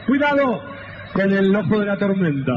Cuidado con el ojo de la tormenta.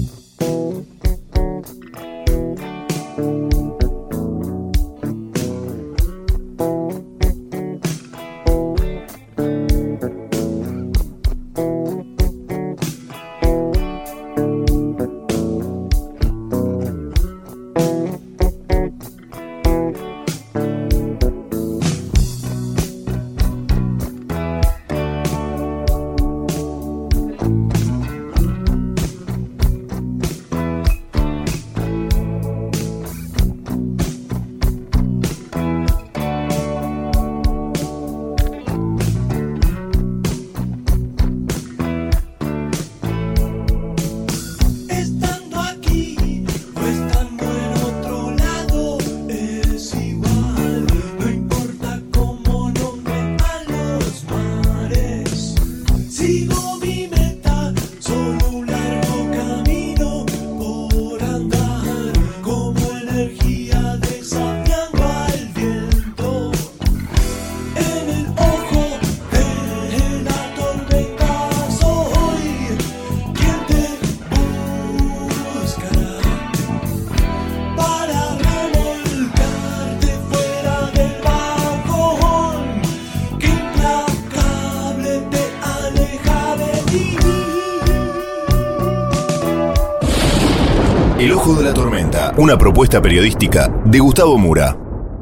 El Ojo de la Tormenta, una propuesta periodística de Gustavo Mura.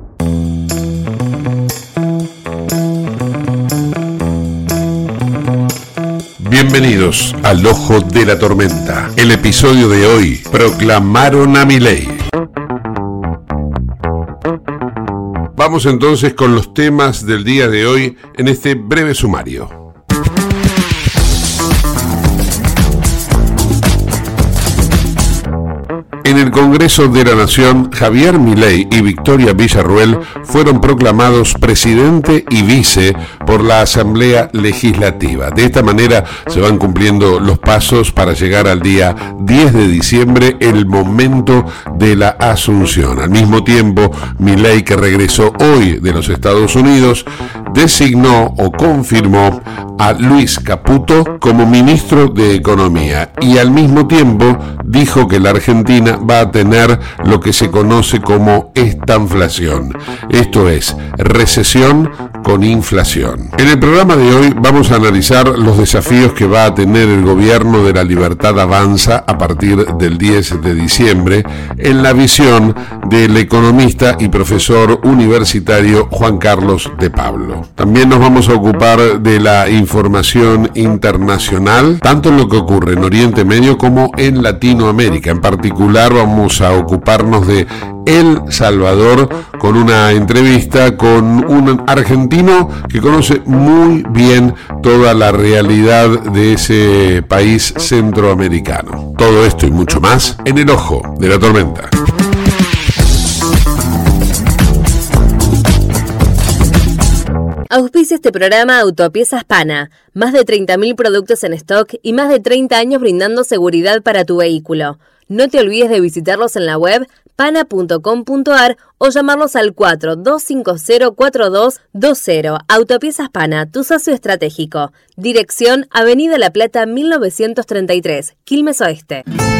Bienvenidos al Ojo de la Tormenta. El episodio de hoy: proclamaron a Milei. Vamos entonces con los temas del día de hoy en este breve sumario. En el Congreso de la Nación, Javier Milei y Victoria Villarruel fueron proclamados presidente y vice por la Asamblea Legislativa. De esta manera se van cumpliendo los pasos para llegar al día 10 de diciembre, el momento de la asunción. Al mismo tiempo, Milei, que regresó hoy de los Estados Unidos, designó o confirmó a Luis Caputo como ministro de Economía y al mismo tiempo dijo que la Argentina va a tener lo que se conoce como estanflación, esto es, recesión con inflación. En el programa de hoy vamos a analizar los desafíos que va a tener el gobierno de La Libertad Avanza a partir del 10 de diciembre en la visión del economista y profesor universitario Juan Carlos de Pablo. También nos vamos a ocupar de la información internacional, tanto en lo que ocurre en Oriente Medio como en Latinoamérica. En particular vamos a ocuparnos de El Salvador con una entrevista con un argentino que conoce muy bien toda la realidad de ese país centroamericano. Todo esto y mucho más en El Ojo de la Tormenta. Auspicia este programa Autopiezas Pana, más de 30.000 productos en stock y más de 30 años brindando seguridad para tu vehículo. No te olvides de visitarlos en la web pana.com.ar o llamarlos al 4250-4220. Autopiezas Pana, tu socio estratégico. Dirección Avenida La Plata 1933, Quilmes Oeste.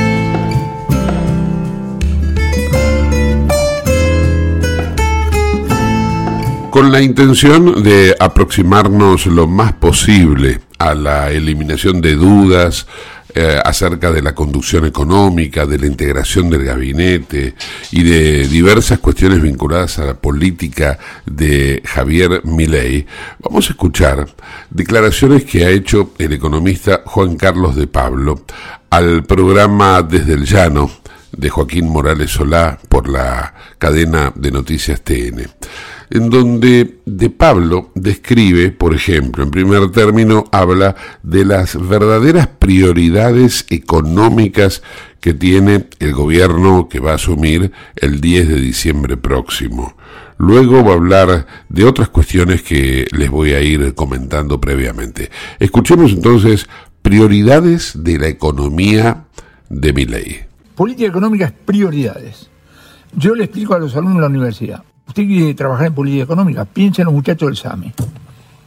Con la intención de aproximarnos lo más posible a la eliminación de dudas acerca de la conducción económica, de la integración del gabinete y de diversas cuestiones vinculadas a la política de Javier Milei, vamos a escuchar declaraciones que ha hecho el economista Juan Carlos de Pablo al programa Desde el Llano de Joaquín Morales Solá por la cadena de noticias TN, en donde de Pablo describe, por ejemplo, en primer término, habla de las verdaderas prioridades económicas que tiene el gobierno que va a asumir el 10 de diciembre próximo. Luego va a hablar de otras cuestiones que les voy a ir comentando previamente. Escuchemos entonces prioridades de la economía de Milei. Política económica es prioridades. Yo le explico a los alumnos de la universidad. Usted quiere trabajar en política económica, piensa en los muchachos del SAME.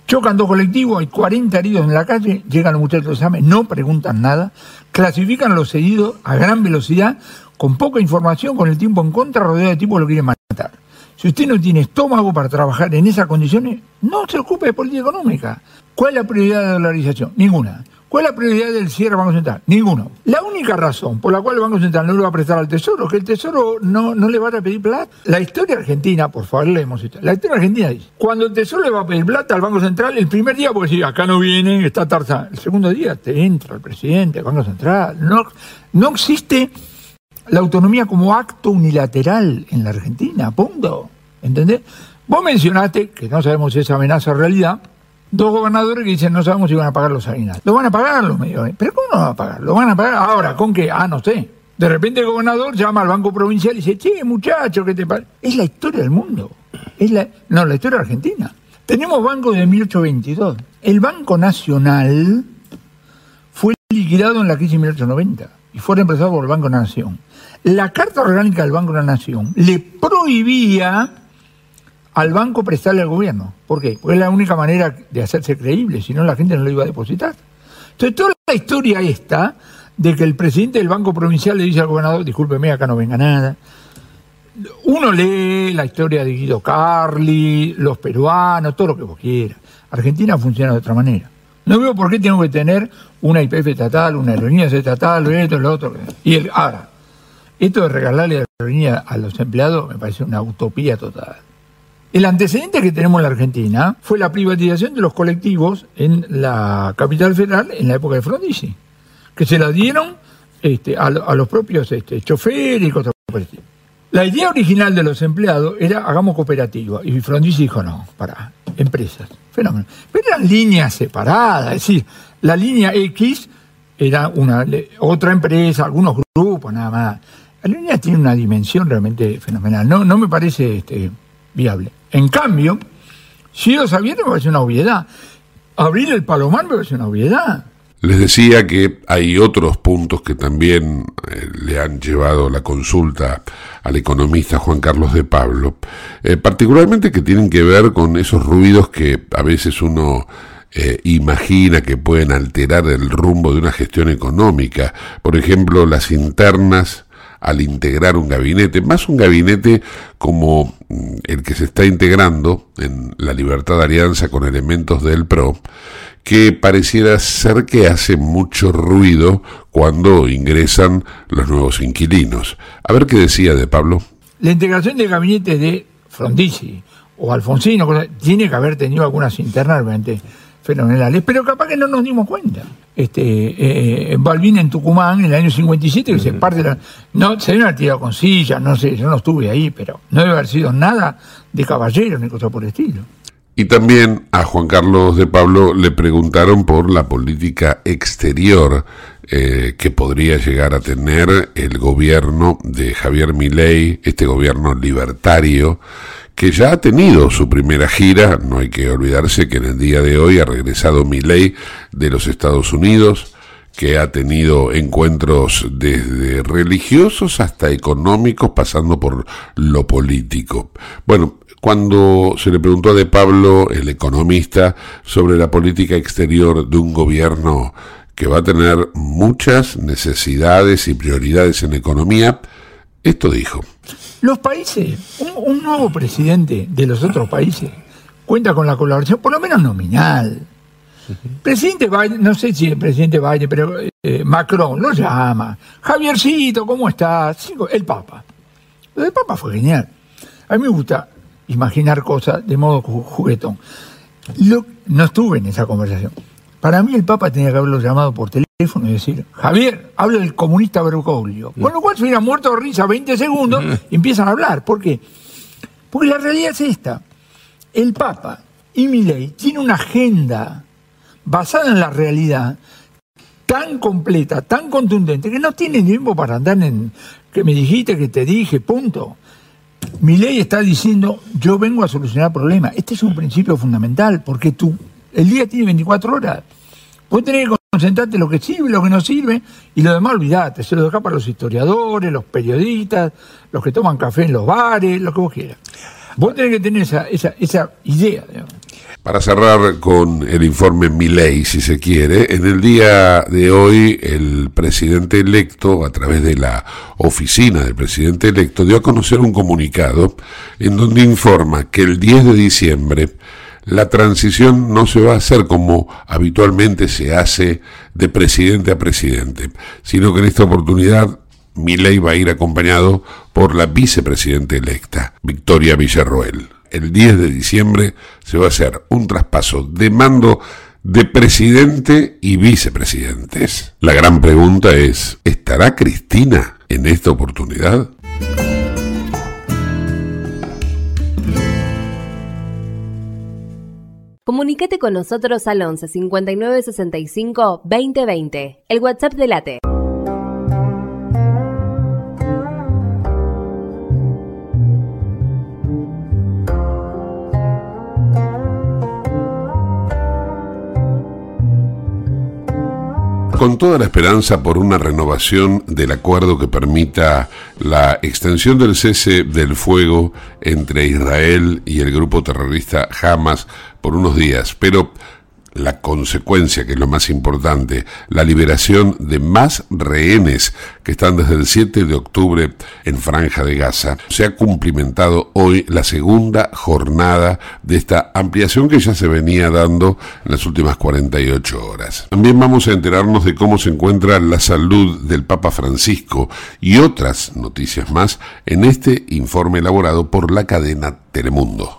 Chocan 2 colectivos, hay 40 heridos en la calle, llegan los muchachos del examen, no preguntan nada, clasifican a los heridos a gran velocidad, con poca información, con el tiempo en contra, rodeado de tipos que lo quieren matar. Si usted no tiene estómago para trabajar en esas condiciones, no se ocupe de política económica. ¿Cuál es la prioridad de la dolarización? Ninguna. ¿Cuál es la prioridad del cierre del Banco Central? Ninguno. La única razón por la cual el Banco Central no le va a prestar al Tesoro es que el Tesoro no le va a pedir plata. La historia argentina, por favor, leemos esto. La historia argentina dice, cuando el Tesoro le va a pedir plata al Banco Central, el primer día, porque si acá no vienen, está Tarzán. El segundo día te entra el presidente, el Banco Central. No existe la autonomía como acto unilateral en la Argentina, punto. ¿Entendés? Vos mencionaste, que no sabemos si esa amenaza es realidad, 2 gobernadores que dicen no sabemos si van a pagar los aguinaldos. Lo van a pagar los medios. ¿Pero cómo no van a pagar? Lo van a pagar ahora, ¿con qué? No sé. De repente el gobernador llama al Banco Provincial y dice, che, muchacho, ¿qué te pasa? Es la historia del mundo. La historia argentina. Tenemos bancos de 1822. El Banco Nacional fue liquidado en la crisis de 1890 y fue reemplazado por el Banco de la Nación. La Carta Orgánica del Banco de la Nación le prohibía al banco prestarle al gobierno. ¿Por qué? Porque es la única manera de hacerse creíble, si no la gente no lo iba a depositar. Entonces toda la historia esta de que el presidente del Banco Provincial le dice al gobernador, discúlpeme, acá no venga nada. Uno lee la historia de Guido Carli, los peruanos, todo lo que vos quieras. Argentina funciona de otra manera. No veo por qué tengo que tener una YPF estatal, una aerolínea estatal, esto, lo otro. Ahora, esto de regalarle la aerolínea a los empleados me parece una utopía total. El antecedente que tenemos en la Argentina fue la privatización de los colectivos en la capital federal en la época de Frondizi, que se la dieron a los propios choferes y cosas por el estilo. La idea original de los empleados era hagamos cooperativa, y Frondizi dijo no, para empresas, fenómeno. Pero eran líneas separadas, es decir, la línea X era otra empresa, algunos grupos, nada más. La línea tiene una dimensión realmente fenomenal, no me parece viable. En cambio, Cielos Abiertos me parece una obviedad. Abrir el Palomar me parece una obviedad. Les decía que hay otros puntos que también le han llevado la consulta al economista Juan Carlos de Pablo, particularmente que tienen que ver con esos ruidos que a veces uno imagina que pueden alterar el rumbo de una gestión económica. Por ejemplo, las internas al integrar un gabinete, más un gabinete como el que se está integrando en la Libertad de Alianza con elementos del PRO, que pareciera ser que hace mucho ruido cuando ingresan los nuevos inquilinos. A ver qué decía de Pablo. La integración de gabinetes de Frondizi o Alfonsino tiene que haber tenido algunas internas realmente fenomenales, pero capaz que no nos dimos cuenta. Balbín en Tucumán en el año 57 que se parte se deben haber tirado con sillas, no sé, yo no estuve ahí, pero no debe haber sido nada de caballeros ni cosa por el estilo. Y también a Juan Carlos de Pablo le preguntaron por la política exterior que podría llegar a tener el gobierno de Javier Milei, este gobierno libertario, que ya ha tenido su primera gira. No hay que olvidarse que en el día de hoy ha regresado Milei de los Estados Unidos, que ha tenido encuentros desde religiosos hasta económicos, pasando por lo político. Bueno, cuando se le preguntó a De Pablo, el economista, sobre la política exterior de un gobierno que va a tener muchas necesidades y prioridades en economía, esto dijo. Los países, un nuevo presidente de los otros países cuenta con la colaboración, por lo menos nominal. Presidente Biden, no sé si el presidente Biden, pero Macron lo llama. Javiercito, ¿cómo estás? El Papa. Lo del Papa fue genial. A mí me gusta imaginar cosas de modo juguetón. No estuve en esa conversación. Para mí el Papa tenía que haberlo llamado por teléfono y decir, Javier, habla el comunista Bergoglio. Con lo cual se hubiera muerto de risa 20 segundos y empiezan a hablar. ¿Por qué? Porque la realidad es esta. El Papa y Milei tienen una agenda basada en la realidad tan completa, tan contundente, que no tienen tiempo para andar en que me dijiste, que te dije, punto. Milei está diciendo, yo vengo a solucionar problemas. Este es un principio fundamental, porque el día tiene 24 horas. Vos tenés que concentrarte en lo que sirve, lo que no sirve, y lo demás olvidate. Se lo dejá para los historiadores, los periodistas, los que toman café en los bares, lo que vos quieras. Vos tenés que tener esa idea, digamos. Para cerrar con el informe Milei, si se quiere, en el día de hoy el presidente electo, a través de la oficina del presidente electo, dio a conocer un comunicado en donde informa que el 10 de diciembre la transición no se va a hacer como habitualmente se hace de presidente a presidente, sino que en esta oportunidad Milei va a ir acompañado por la vicepresidenta electa, Victoria Villarruel. El 10 de diciembre se va a hacer un traspaso de mando de presidente y vicepresidentes. La gran pregunta es, ¿estará Cristina en esta oportunidad? Comunícate con nosotros al 11 59 65 2020, el WhatsApp de Late. Con toda la esperanza por una renovación del acuerdo que permita la extensión del cese del fuego entre Israel y el grupo terrorista Hamas por unos días, pero la consecuencia, que es lo más importante, la liberación de más rehenes que están desde el 7 de octubre en Franja de Gaza. Se ha cumplimentado hoy la segunda jornada de esta ampliación que ya se venía dando en las últimas 48 horas. También vamos a enterarnos de cómo se encuentra la salud del Papa Francisco y otras noticias más en este informe elaborado por la cadena Telemundo.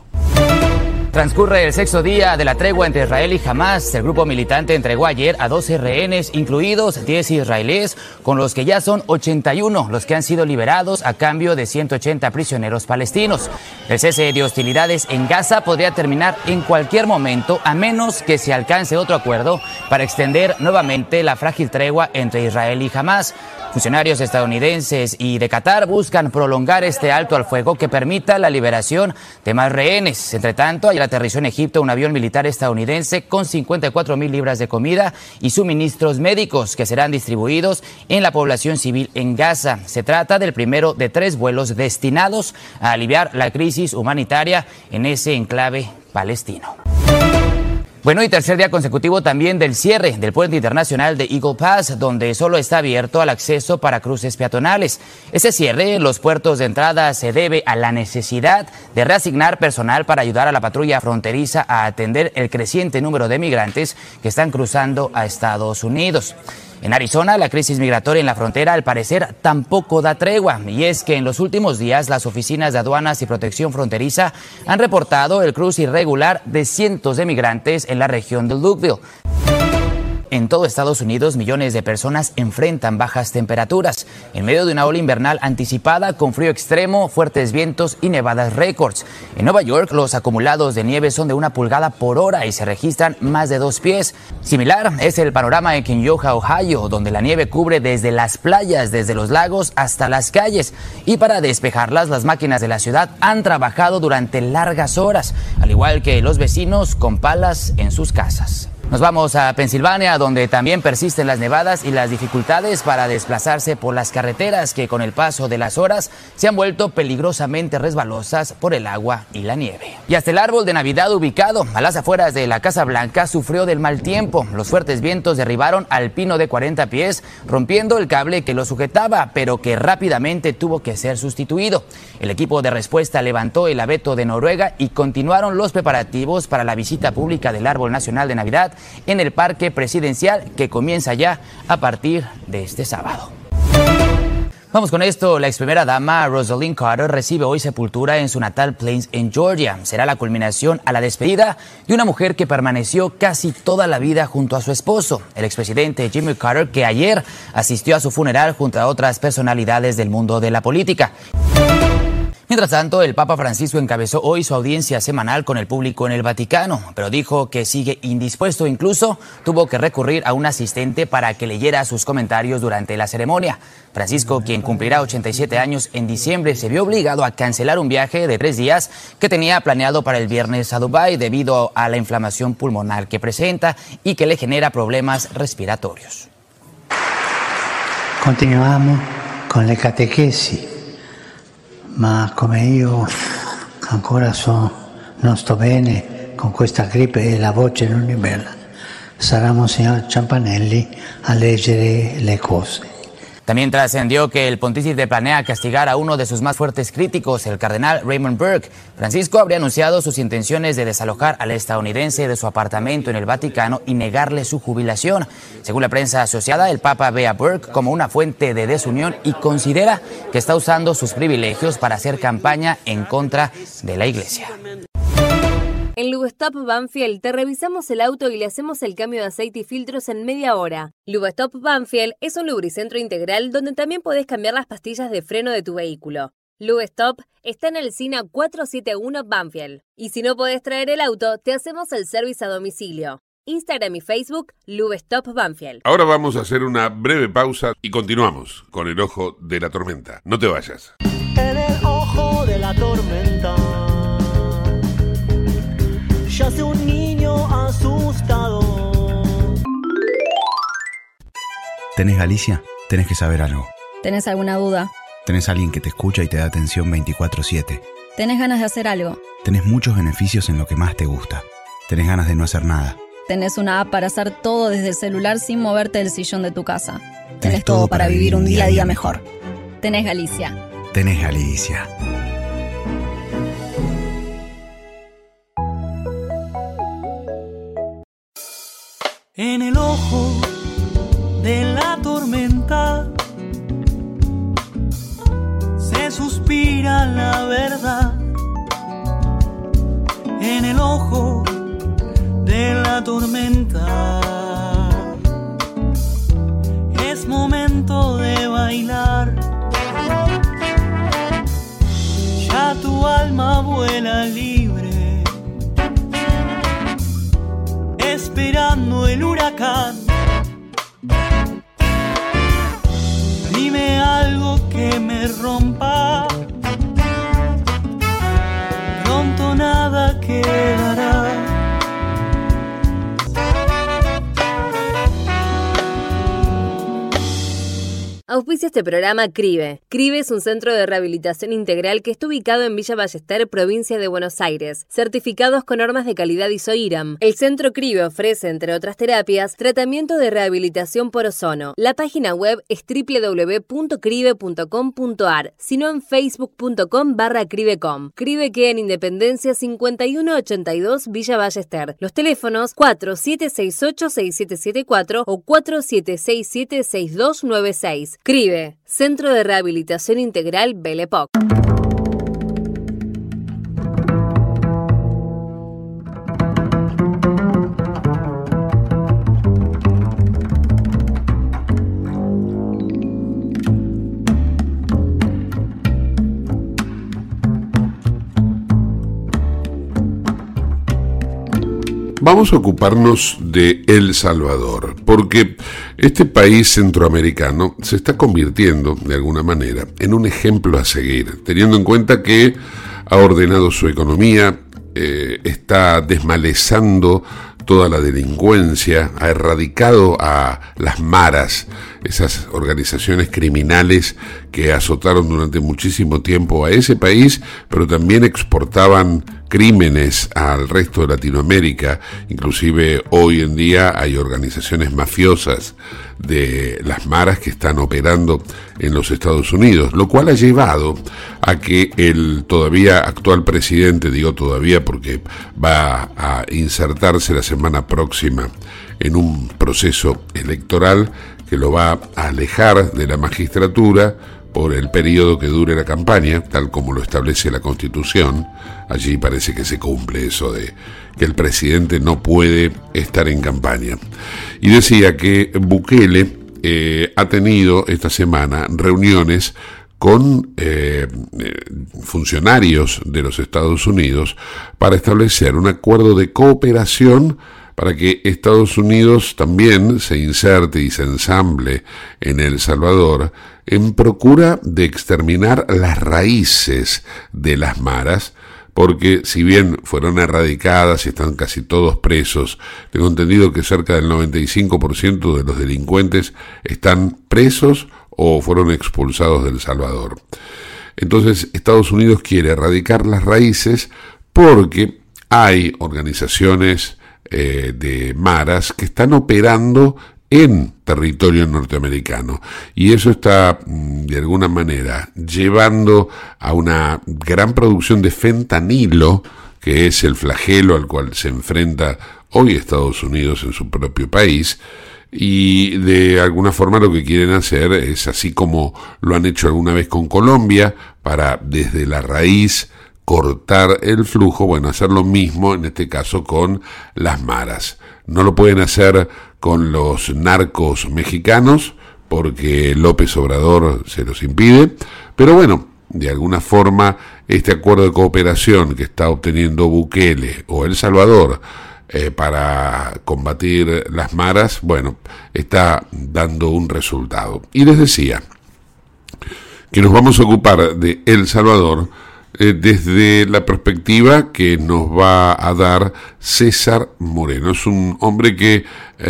Transcurre el sexto día de la tregua entre Israel y Hamas. El grupo militante entregó ayer a 12 rehenes, incluidos 10 israelíes, con los que ya son 81 los que han sido liberados a cambio de 180 prisioneros palestinos. El cese de hostilidades en Gaza podría terminar en cualquier momento, a menos que se alcance otro acuerdo para extender nuevamente la frágil tregua entre Israel y Hamas. Funcionarios estadounidenses y de Qatar buscan prolongar este alto al fuego que permita la liberación de más rehenes. Entre tanto, ayer aterrizó en Egipto un avión militar estadounidense con 54,000 libras de comida y suministros médicos que serán distribuidos en la población civil en Gaza. Se trata del primero de 3 vuelos destinados a aliviar la crisis humanitaria en ese enclave palestino. Bueno, y tercer día consecutivo también del cierre del puente internacional de Eagle Pass, donde solo está abierto al acceso para cruces peatonales. Ese cierre en los puertos de entrada se debe a la necesidad de reasignar personal para ayudar a la patrulla fronteriza a atender el creciente número de migrantes que están cruzando a Estados Unidos. En Arizona, la crisis migratoria en la frontera al parecer tampoco da tregua, y es que en los últimos días las oficinas de aduanas y protección fronteriza han reportado el cruce irregular de cientos de migrantes en la región de Lukeville. En todo Estados Unidos, millones de personas enfrentan bajas temperaturas en medio de una ola invernal anticipada con frío extremo, fuertes vientos y nevadas récords. En Nueva York, los acumulados de nieve son de 1 pulgada por hora y se registran más de 2 pies. Similar es el panorama en Kenosha, Ohio, donde la nieve cubre desde las playas, desde los lagos hasta las calles. Y para despejarlas, las máquinas de la ciudad han trabajado durante largas horas, al igual que los vecinos con palas en sus casas. Nos vamos a Pensilvania, donde también persisten las nevadas y las dificultades para desplazarse por las carreteras que con el paso de las horas se han vuelto peligrosamente resbalosas por el agua y la nieve. Y hasta el árbol de Navidad ubicado a las afueras de la Casa Blanca sufrió del mal tiempo. Los fuertes vientos derribaron al pino de 40 pies, rompiendo el cable que lo sujetaba, pero que rápidamente tuvo que ser sustituido. El equipo de respuesta levantó el abeto de Noruega y continuaron los preparativos para la visita pública del árbol nacional de Navidad en el Parque Presidencial, que comienza ya a partir de este sábado. Vamos con esto. La ex primera dama Rosalynn Carter recibe hoy sepultura en su natal Plains, en Georgia. Será la culminación a la despedida de una mujer que permaneció casi toda la vida junto a su esposo, el expresidente Jimmy Carter, que ayer asistió a su funeral junto a otras personalidades del mundo de la política. Mientras tanto, el Papa Francisco encabezó hoy su audiencia semanal con el público en el Vaticano, pero dijo que sigue indispuesto. Incluso tuvo que recurrir a un asistente para que leyera sus comentarios durante la ceremonia. Francisco, quien cumplirá 87 años en diciembre, se vio obligado a cancelar un viaje de 3 días que tenía planeado para el viernes a Dubái debido a la inflamación pulmonar que presenta y que le genera problemas respiratorios. Continuiamo con le catechesi. Ma come io ancora non sto bene, con questa gripe e la voce non mi bella, sarà Monsignor Ciampanelli a leggere le cose. También trascendió que el pontífice planea castigar a uno de sus más fuertes críticos, el cardenal Raymond Burke. Francisco habría anunciado sus intenciones de desalojar al estadounidense de su apartamento en el Vaticano y negarle su jubilación. Según la prensa asociada, el Papa ve a Burke como una fuente de desunión y considera que está usando sus privilegios para hacer campaña en contra de la Iglesia. En Lubestop Banfield te revisamos el auto y le hacemos el cambio de aceite y filtros en media hora. Lubestop Banfield es un lubricentro integral donde también podés cambiar las pastillas de freno de tu vehículo. Lubestop está en el SINA 471 Banfield. Y si no podés traer el auto, te hacemos el servicio a domicilio. Instagram y Facebook, Lubestop Banfield. Ahora vamos a hacer una breve pausa y continuamos con el Ojo de la Tormenta. No te vayas. En el ojo de la tormenta yace un niño asustado. ¿Tenés Galicia? Tenés que saber algo. ¿Tenés alguna duda? ¿Tenés alguien que te escucha y te da atención 24/7? ¿Tenés ganas de hacer algo? ¿Tenés muchos beneficios en lo que más te gusta? ¿Tenés ganas de no hacer nada? ¿Tenés una app para hacer todo desde el celular sin moverte del sillón de tu casa? ¿Tenés todo para vivir un día a día mejor? Tenés Galicia. Tenés Galicia. En el ojo de la tormenta se suspira la verdad. En el ojo de la tormenta es momento de bailar. Ya tu alma vuela libre, esperando el huracán. Dime algo que me rompa, pronto nada quedará. Auspicia este programa CRIBE. CRIBE es un centro de rehabilitación integral que está ubicado en Villa Ballester, provincia de Buenos Aires, certificados con normas de calidad ISO-IRAM. El centro CRIBE ofrece, entre otras terapias, tratamiento de rehabilitación por ozono. La página web es www.cribe.com.ar, sino en facebook.com/cribecom. CRIBE queda en Independencia 5182 Villa Ballester. Los teléfonos 4768-6774 o 4767-6296. CRIBE, Centro de Rehabilitación Integral Belle Époque. Vamos a ocuparnos de El Salvador, porque este país centroamericano se está convirtiendo, de alguna manera, en un ejemplo a seguir, teniendo en cuenta que ha ordenado su economía, está desmalezando toda la delincuencia, ha erradicado a las maras, esas organizaciones criminales que azotaron durante muchísimo tiempo a ese país, pero también exportaban crímenes al resto de Latinoamérica. Inclusive hoy en día hay organizaciones mafiosas de las maras que están operando en los Estados Unidos, lo cual ha llevado a que el todavía actual presidente, digo todavía porque va a insertarse la semana próxima en un proceso electoral que lo va a alejar de la magistratura por el periodo que dure la campaña, tal como lo establece la Constitución. Allí parece que se cumple eso de que el presidente no puede estar en campaña. Y decía que Bukele ha tenido esta semana reuniones con funcionarios de los Estados Unidos para establecer un acuerdo de cooperación para que Estados Unidos también se inserte y se ensamble en El Salvador en procura de exterminar las raíces de las maras, porque si bien fueron erradicadas y están casi todos presos, tengo entendido que cerca del 95% de los delincuentes están presos o fueron expulsados de El Salvador. Entonces Estados Unidos quiere erradicar las raíces porque hay organizaciones de maras que están operando en territorio norteamericano, y eso está de alguna manera llevando a una gran producción de fentanilo, que es el flagelo al cual se enfrenta hoy Estados Unidos en su propio país, y de alguna forma lo que quieren hacer es, así como lo han hecho alguna vez con Colombia, para desde la raíz cortar el flujo, bueno, hacer lo mismo en este caso con las maras. No lo pueden hacer con los narcos mexicanos porque López Obrador se los impide, pero bueno, de alguna forma este acuerdo de cooperación que está obteniendo Bukele o El Salvador para combatir las maras, bueno, está dando un resultado. Y les decía que nos vamos a ocupar de El Salvador desde la perspectiva que nos va a dar César Moreno. Es un hombre que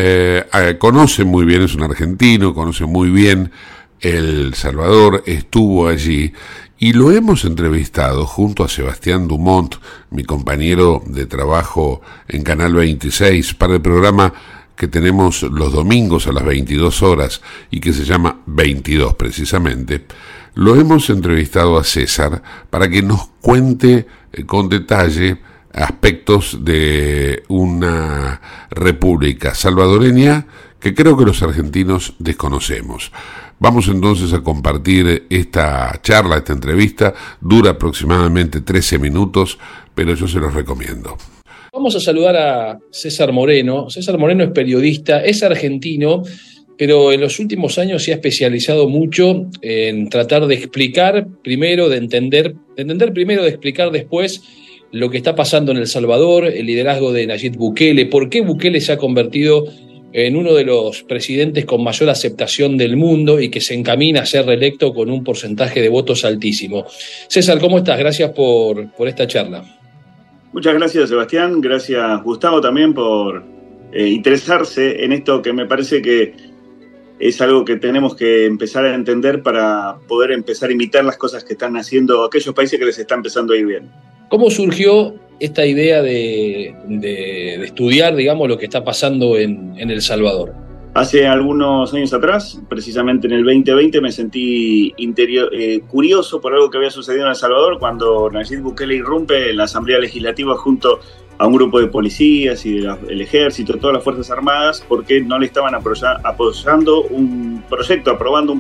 conoce muy bien, es un argentino, conoce muy bien El Salvador, estuvo allí y lo hemos entrevistado junto a Sebastián Dumont, mi compañero de trabajo en Canal 26, para el programa que tenemos los domingos a las 22 horas y que se llama 22 precisamente. Lo hemos entrevistado a César para que nos cuente con detalle aspectos de una república salvadoreña que creo que los argentinos desconocemos. Vamos entonces a compartir esta charla, esta entrevista. Dura aproximadamente 13 minutos, pero yo se los recomiendo. Vamos a saludar a César Moreno. César Moreno es periodista, es argentino, pero en los últimos años se ha especializado mucho en tratar de explicar primero, de entender primero, de explicar después lo que está pasando en El Salvador, el liderazgo de Nayib Bukele, por qué Bukele se ha convertido en uno de los presidentes con mayor aceptación del mundo y que se encamina a ser reelecto con un porcentaje de votos altísimo. César, ¿cómo estás? Gracias por esta charla. Muchas gracias, Sebastián. Gracias, Gustavo, también por interesarse en esto que me parece que es algo que tenemos que empezar a entender para poder empezar a imitar las cosas que están haciendo aquellos países que les está empezando a ir bien. ¿Cómo surgió esta idea de estudiar, digamos, lo que está pasando en El Salvador? Hace algunos años atrás, precisamente en el 2020, me sentí curioso por algo que había sucedido en El Salvador cuando Nayib Bukele irrumpe en la Asamblea Legislativa junto a un grupo de policías y del ejército, todas las Fuerzas Armadas, porque no le estaban aprobando un proyecto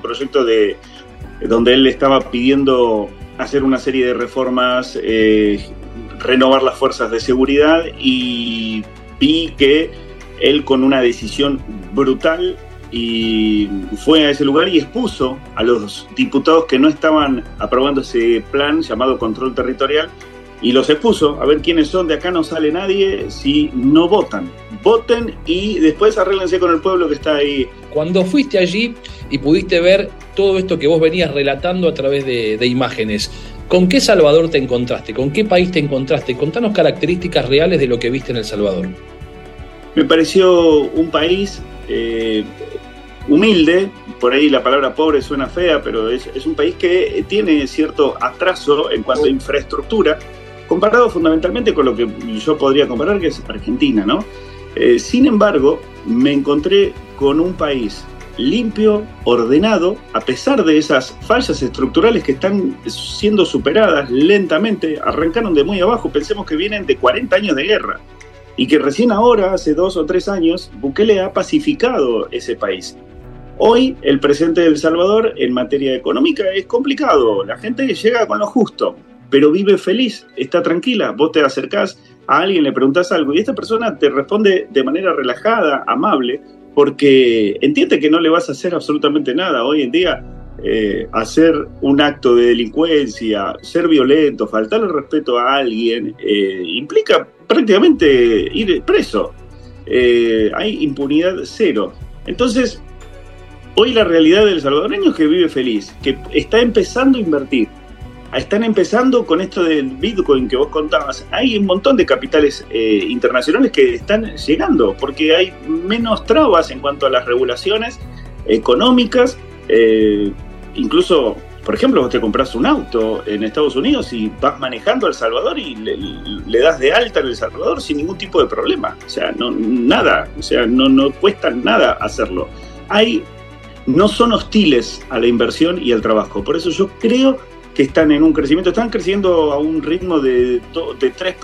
donde él le estaba pidiendo hacer una serie de reformas, renovar las fuerzas de seguridad, y vi que él, con una decisión brutal, y fue a ese lugar y expuso a los diputados que no estaban aprobando ese plan llamado control territorial, y los expuso: a ver quiénes son, de acá no sale nadie si no votan. Voten y después arréglense con el pueblo que está ahí. Cuando fuiste allí y pudiste ver todo esto que vos venías relatando a través de imágenes, ¿con qué Salvador te encontraste? ¿Con qué país te encontraste? Contanos características reales de lo que viste en El Salvador. Me pareció un país humilde, por ahí la palabra pobre suena fea, pero es un país que tiene cierto atraso en cuanto a infraestructura, comparado fundamentalmente con lo que yo podría comparar, que es Argentina, ¿no? Sin embargo, me encontré con un país limpio, ordenado, a pesar de esas fallas estructurales que están siendo superadas lentamente. Arrancaron de muy abajo, pensemos que vienen de 40 años de guerra, y que recién ahora, hace 2 o 3 años, Bukele ha pacificado ese país. Hoy, el presidente de El Salvador, en materia económica, es complicado. La gente llega con lo justo, pero vive feliz, está tranquila. Vos te acercás a alguien, le preguntás algo, y esta persona te responde de manera relajada, amable, porque entiende que no le vas a hacer absolutamente nada. Hoy en día, hacer un acto de delincuencia, ser violento, faltarle el respeto a alguien, implica prácticamente ir preso. Hay impunidad cero. Entonces, hoy la realidad del salvadoreño es que vive feliz, que está empezando a invertir. Están empezando con esto del Bitcoin que vos contabas. Hay un montón de capitales internacionales que están llegando porque hay menos trabas en cuanto a las regulaciones económicas. Incluso Por ejemplo, vos te compras un auto en Estados Unidos y vas manejando a El Salvador y le das de alta en El Salvador sin ningún tipo de problema. O sea, no cuesta nada hacerlo. No son hostiles a la inversión y al trabajo. Por eso yo creo que están en un crecimiento, están creciendo a un ritmo de 3%,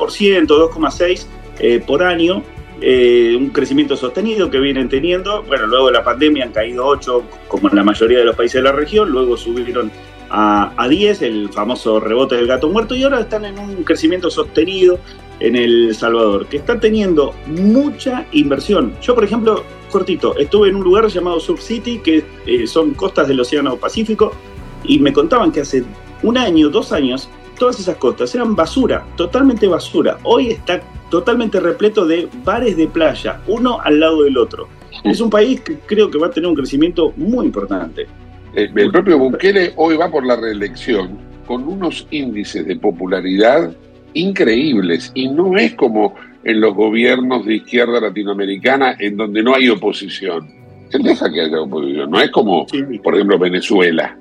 2,6% por año, un crecimiento sostenido que vienen teniendo. Bueno, luego de la pandemia han caído 8%, como en la mayoría de los países de la región, luego subieron a 10%, el famoso rebote del gato muerto, y ahora están en un crecimiento sostenido en El Salvador, que está teniendo mucha inversión. Yo, por ejemplo, cortito, estuve en un lugar llamado Surf City, que son costas del Océano Pacífico, y me contaban que hace 1 año, 2 años, todas esas costas eran basura, totalmente basura. Hoy está totalmente repleto de bares de playa, uno al lado del otro. Es un país que creo que va a tener un crecimiento muy importante. El propio Bukele hoy va por la reelección con unos índices de popularidad increíbles, y no es como en los gobiernos de izquierda latinoamericana en donde no hay oposición. Él deja que haya oposición, no es como, por ejemplo, Venezuela.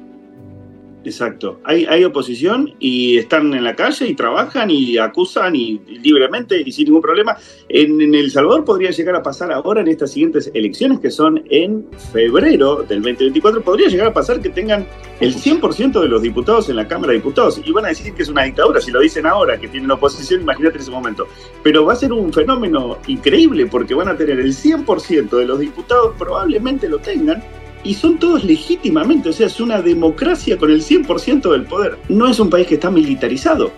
Exacto, hay oposición y están en la calle y trabajan y acusan y libremente y sin ningún problema. En El Salvador podría llegar a pasar ahora en estas siguientes elecciones, que son en febrero del 2024, podría llegar a pasar que tengan el 100% de los diputados en la Cámara de Diputados, y van a decir que es una dictadura. Si lo dicen ahora que tienen oposición, imagínate en ese momento. Pero va a ser un fenómeno increíble, porque van a tener el 100% de los diputados, probablemente lo tengan, y son todos legítimamente. O sea, es una democracia con el 100% del poder. No es un país que está militarizado.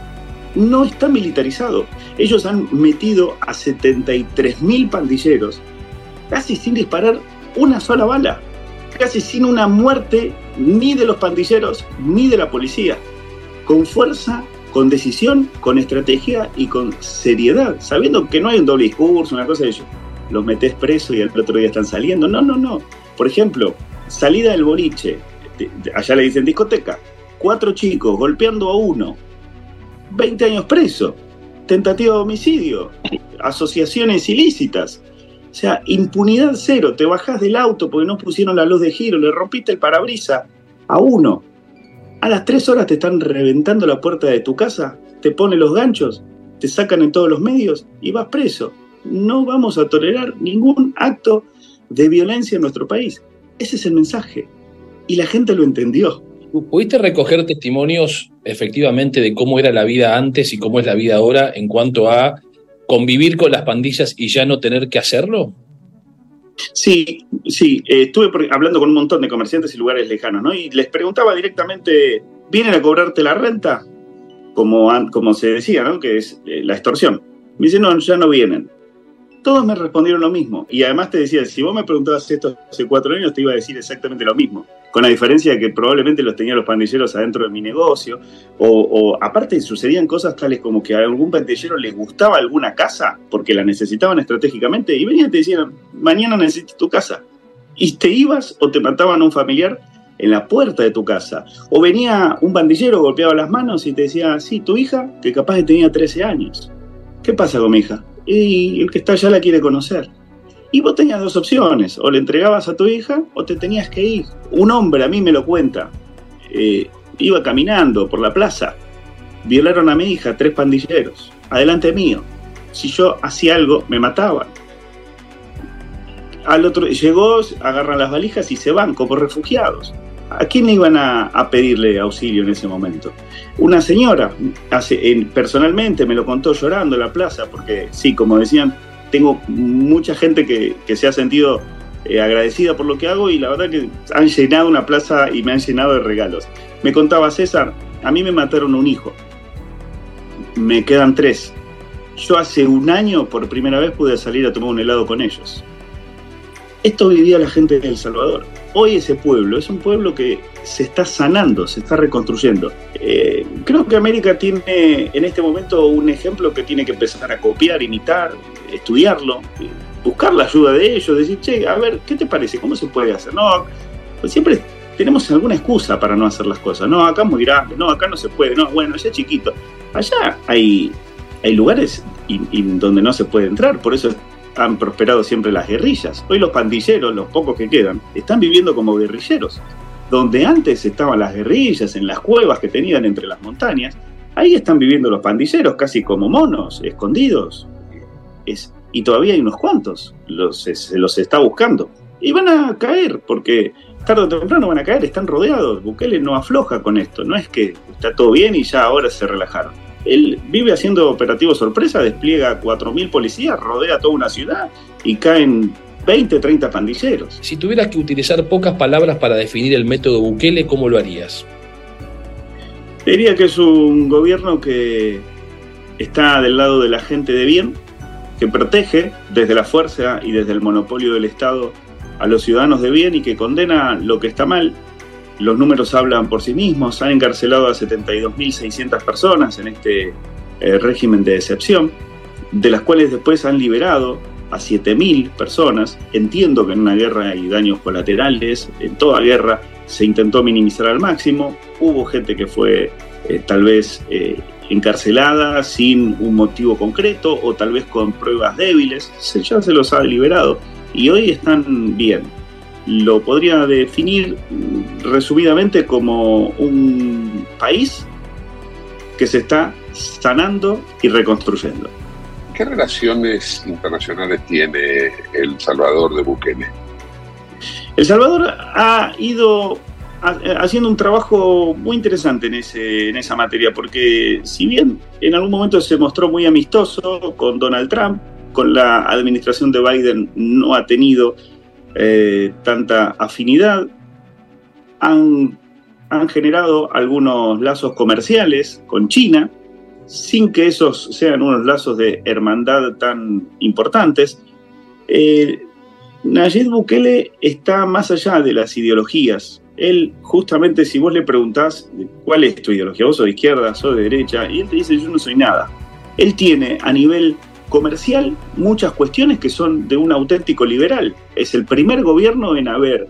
No está militarizado. Ellos han metido a 73.000 pandilleros, casi sin disparar una sola bala, casi sin una muerte ni de los pandilleros ni de la policía, con fuerza, con decisión, con estrategia y con seriedad, sabiendo que no hay un doble discurso, una cosa de ellos. Los metés presos y al otro día están saliendo. No. Por ejemplo, salida del boliche, allá le dicen discoteca, 4 chicos golpeando a uno, 20 años preso, tentativa de homicidio, asociaciones ilícitas. O sea, impunidad cero. Te bajás del auto porque no pusieron la luz de giro, le rompiste el parabrisa a uno. A las 3 horas te están reventando la puerta de tu casa, te ponen los ganchos, te sacan en todos los medios y vas preso. No vamos a tolerar ningún acto de violencia en nuestro país. Ese es el mensaje. Y la gente lo entendió. ¿Pudiste recoger testimonios efectivamente de cómo era la vida antes y cómo es la vida ahora en cuanto a convivir con las pandillas y ya no tener que hacerlo? Sí, estuve hablando con un montón de comerciantes y lugares lejanos, ¿no? Y les preguntaba directamente, ¿vienen a cobrarte la renta? Como se decía, ¿no? Que es la extorsión. Me dicen, no, ya no vienen. Todos me respondieron lo mismo. Y además te decía, si vos me preguntabas esto hace 4 años, te iba a decir exactamente lo mismo. Con la diferencia de que probablemente los tenían los pandilleros adentro de mi negocio. O aparte sucedían cosas tales como que a algún pandillero les gustaba alguna casa porque la necesitaban estratégicamente. Y venían y te decían, mañana necesito tu casa. Y te ibas o te mataban a un familiar en la puerta de tu casa. O venía un pandillero, golpeaba las manos y te decía, sí, tu hija, que capaz que tenía 13 años. ¿Qué pasa con mi hija? Y el que está allá la quiere conocer. Y vos tenías 2 opciones, o le entregabas a tu hija o te tenías que ir. Un hombre, a mí me lo cuenta, iba caminando por la plaza, violaron a mi hija 3 pandilleros, adelante mío. Si yo hacía algo, me mataban. Al otro llegó, agarran las valijas y se van como refugiados. ¿A quién iban a pedirle auxilio en ese momento? Una señora, personalmente me lo contó llorando en la plaza, porque sí, como decían, tengo mucha gente que se ha sentido agradecida por lo que hago, y la verdad que han llenado una plaza y me han llenado de regalos. Me contaba César, a mí me mataron un hijo, me quedan 3. Yo hace 1 año por primera vez pude salir a tomar un helado con ellos. Esto vivía la gente de El Salvador. Hoy ese pueblo es un pueblo que se está sanando, se está reconstruyendo. Creo que América tiene en este momento un ejemplo que tiene que empezar a copiar, imitar, estudiarlo, buscar la ayuda de ellos, decir, che, a ver, ¿qué te parece? ¿Cómo se puede hacer? No, pues siempre tenemos alguna excusa para no hacer las cosas. No, acá es muy grande, no, acá no se puede, no, bueno, allá es chiquito. Allá hay lugares donde no se puede entrar, por eso han prosperado siempre las guerrillas. Hoy los pandilleros, los pocos que quedan, están viviendo como guerrilleros. donde antes estaban las guerrillas, en las cuevas que tenían entre las montañas, ahí están viviendo los pandilleros, casi como monos, escondidos. Y todavía hay unos cuantos, se los está buscando. Y van a caer, porque tarde o temprano van a caer, están rodeados. Bukele no afloja con esto, no es que está todo bien y ya ahora se relajaron. Él vive haciendo operativos sorpresa, despliega 4.000 policías, rodea toda una ciudad y caen 20, 30 pandilleros. Si tuvieras que utilizar pocas palabras para definir el método Bukele, ¿cómo lo harías? Diría que es un gobierno que está del lado de la gente de bien, que protege desde la fuerza y desde el monopolio del Estado a los ciudadanos de bien y que condena lo que está mal. Los números hablan por sí mismos. Han encarcelado a 72.600 personas en este régimen de excepción, de las cuales después han liberado a 7.000 personas. Entiendo que en una guerra hay daños colaterales, en toda guerra se intentó minimizar al máximo. Hubo gente que fue tal vez encarcelada sin un motivo concreto o tal vez con pruebas débiles. Ya se los ha liberado y hoy están bien. Lo podría definir resumidamente como un país que se está sanando y reconstruyendo. ¿Qué relaciones internacionales tiene El Salvador de Bukele? El Salvador ha ido haciendo un trabajo muy interesante en esa materia, porque si bien en algún momento se mostró muy amistoso con Donald Trump, con la administración de Biden no ha tenido tanta afinidad, han generado algunos lazos comerciales con China, sin que esos sean unos lazos de hermandad tan importantes. Nayib Bukele está más allá de las ideologías. Él, justamente, si vos le preguntás cuál es tu ideología, vos sos de izquierda, sos de derecha, y él te dice yo no soy nada. Él tiene a nivel comercial muchas cuestiones que son de un auténtico liberal. Es el primer gobierno en haber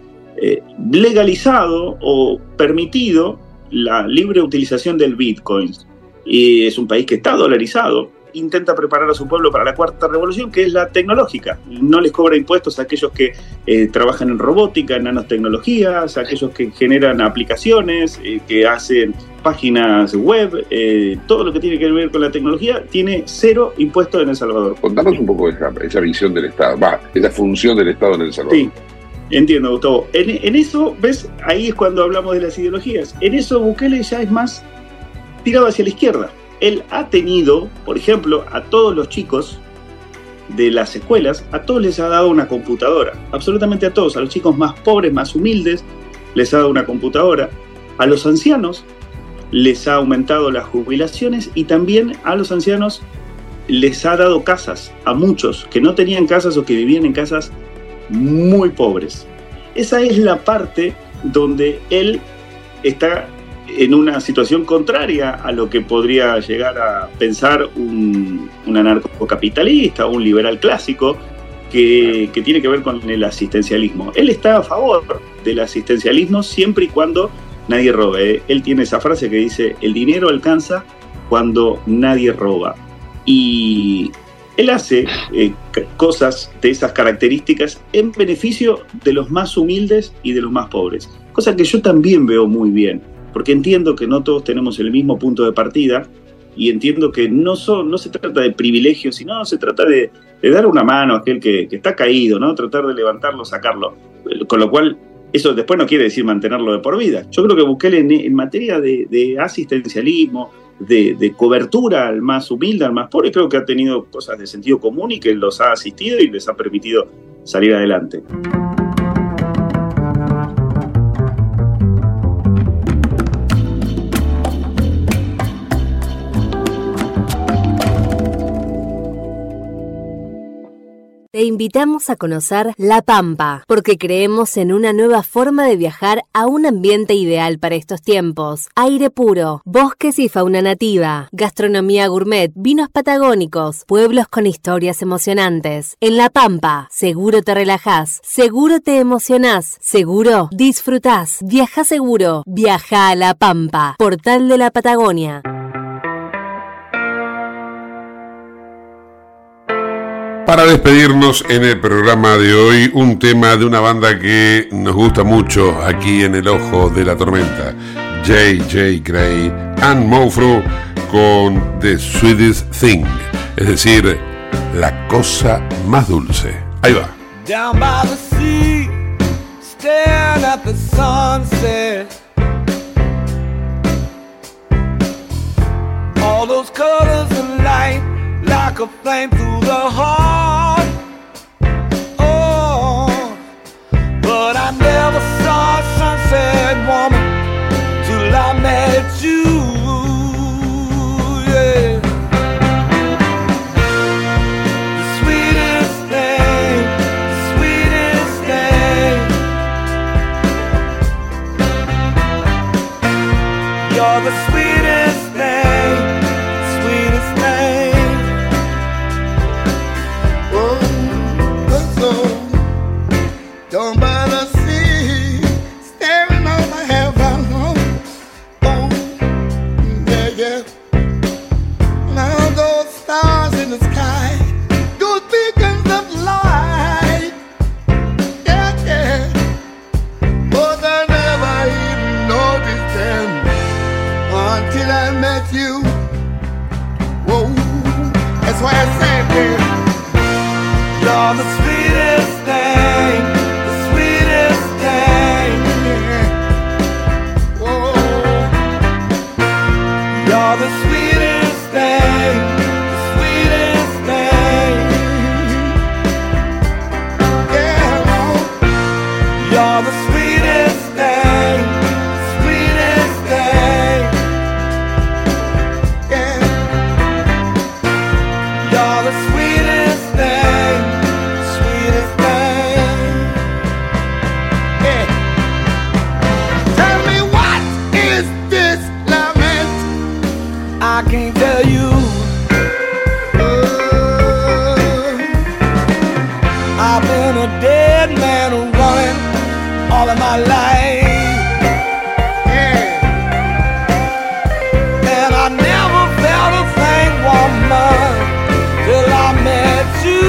legalizado o permitido la libre utilización del Bitcoin. Y es un país que está dolarizado. Intenta preparar a su pueblo para la cuarta revolución, que es la tecnológica. No les cobra impuestos a aquellos que trabajan en robótica, en nanotecnologías, a aquellos que generan aplicaciones, que hacen páginas web, todo lo que tiene que ver con la tecnología, tiene 0 impuestos en El Salvador. Contanos un poco esa visión del Estado, esa función del Estado en El Salvador. Sí, entiendo, Gustavo. En eso, ¿ves? Ahí es cuando hablamos de las ideologías. En eso Bukele ya es más tirado hacia la izquierda. Él ha tenido, por ejemplo, a todos los chicos de las escuelas, a todos les ha dado una computadora, absolutamente a todos, a los chicos más pobres, más humildes, les ha dado una computadora, a los ancianos les ha aumentado las jubilaciones y también a los ancianos les ha dado casas, a muchos que no tenían casas o que vivían en casas muy pobres. Esa es la parte donde él está en una situación contraria a lo que podría llegar a pensar un anarcocapitalista o un liberal clásico que tiene que ver con el asistencialismo. Él está a favor del asistencialismo siempre y cuando nadie robe. Él tiene esa frase que dice: el dinero alcanza cuando nadie roba. Y él hace cosas de esas características en beneficio de los más humildes y de los más pobres. Cosa que yo también veo muy bien, porque entiendo que no todos tenemos el mismo punto de partida y entiendo que no se trata de privilegios, sino se trata de dar una mano a aquel que está caído, ¿no? Tratar de levantarlo, sacarlo. Con lo cual, eso después no quiere decir mantenerlo de por vida. Yo creo que Bukele en materia de asistencialismo, de cobertura al más humilde, al más pobre, creo que ha tenido cosas de sentido común y que los ha asistido y les ha permitido salir adelante. Te invitamos a conocer La Pampa, porque creemos en una nueva forma de viajar a un ambiente ideal para estos tiempos. Aire puro, bosques y fauna nativa, gastronomía gourmet, vinos patagónicos, pueblos con historias emocionantes. En La Pampa, seguro te relajás, seguro te emocionás, seguro disfrutás. Viaja seguro, viaja a La Pampa, Portal de la Patagonia. Para despedirnos en el programa de hoy, un tema de una banda que nos gusta mucho aquí en El Ojo de la Tormenta, J.J. Gray and Mofro con The Sweetest Thing, es decir, la cosa más dulce. Ahí va. Down by the sea, staring at the sunset. All those colors of light, like a flame through the heart. Oh, but I never saw a sunset woman till I met you. Yeah. The sweetest thing, the sweetest thing. You're the sweetest thing, sweetest thing. Down by the sea, staring on the heaven. Oh, yeah, yeah. Now those stars in the sky, those beacons of light. Yeah, yeah. But I never even noticed them until I met you. Whoa, that's why I said that. You're the sweetest thing, the sweetest thing. Whoa. You're the sweetest thing, the sweetest thing. Yeah. You're the sweetest thing, sweetest thing. Yeah. You're the sweetest thing. Sweetest thing. Yeah. Tell me, what is this lament? I can't tell you. I've been a dead man running all of my life. Yeah. And I never felt a thing, woman, till I met you.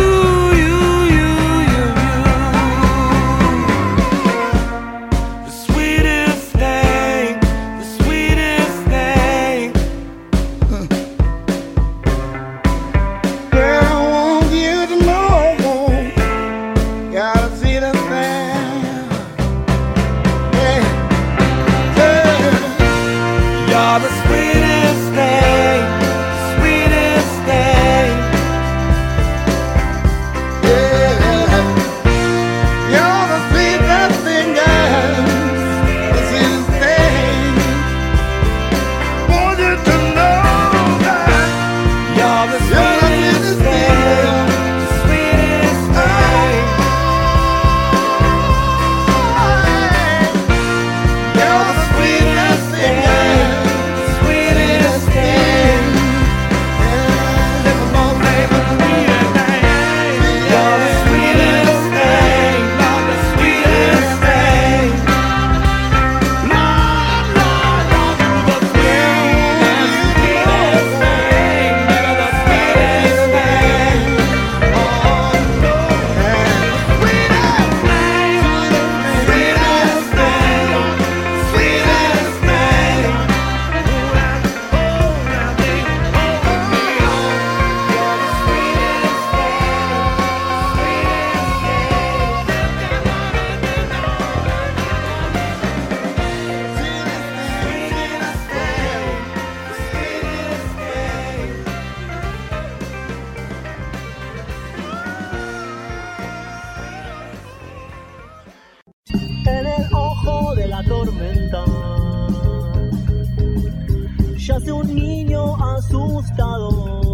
Yace un niño asustado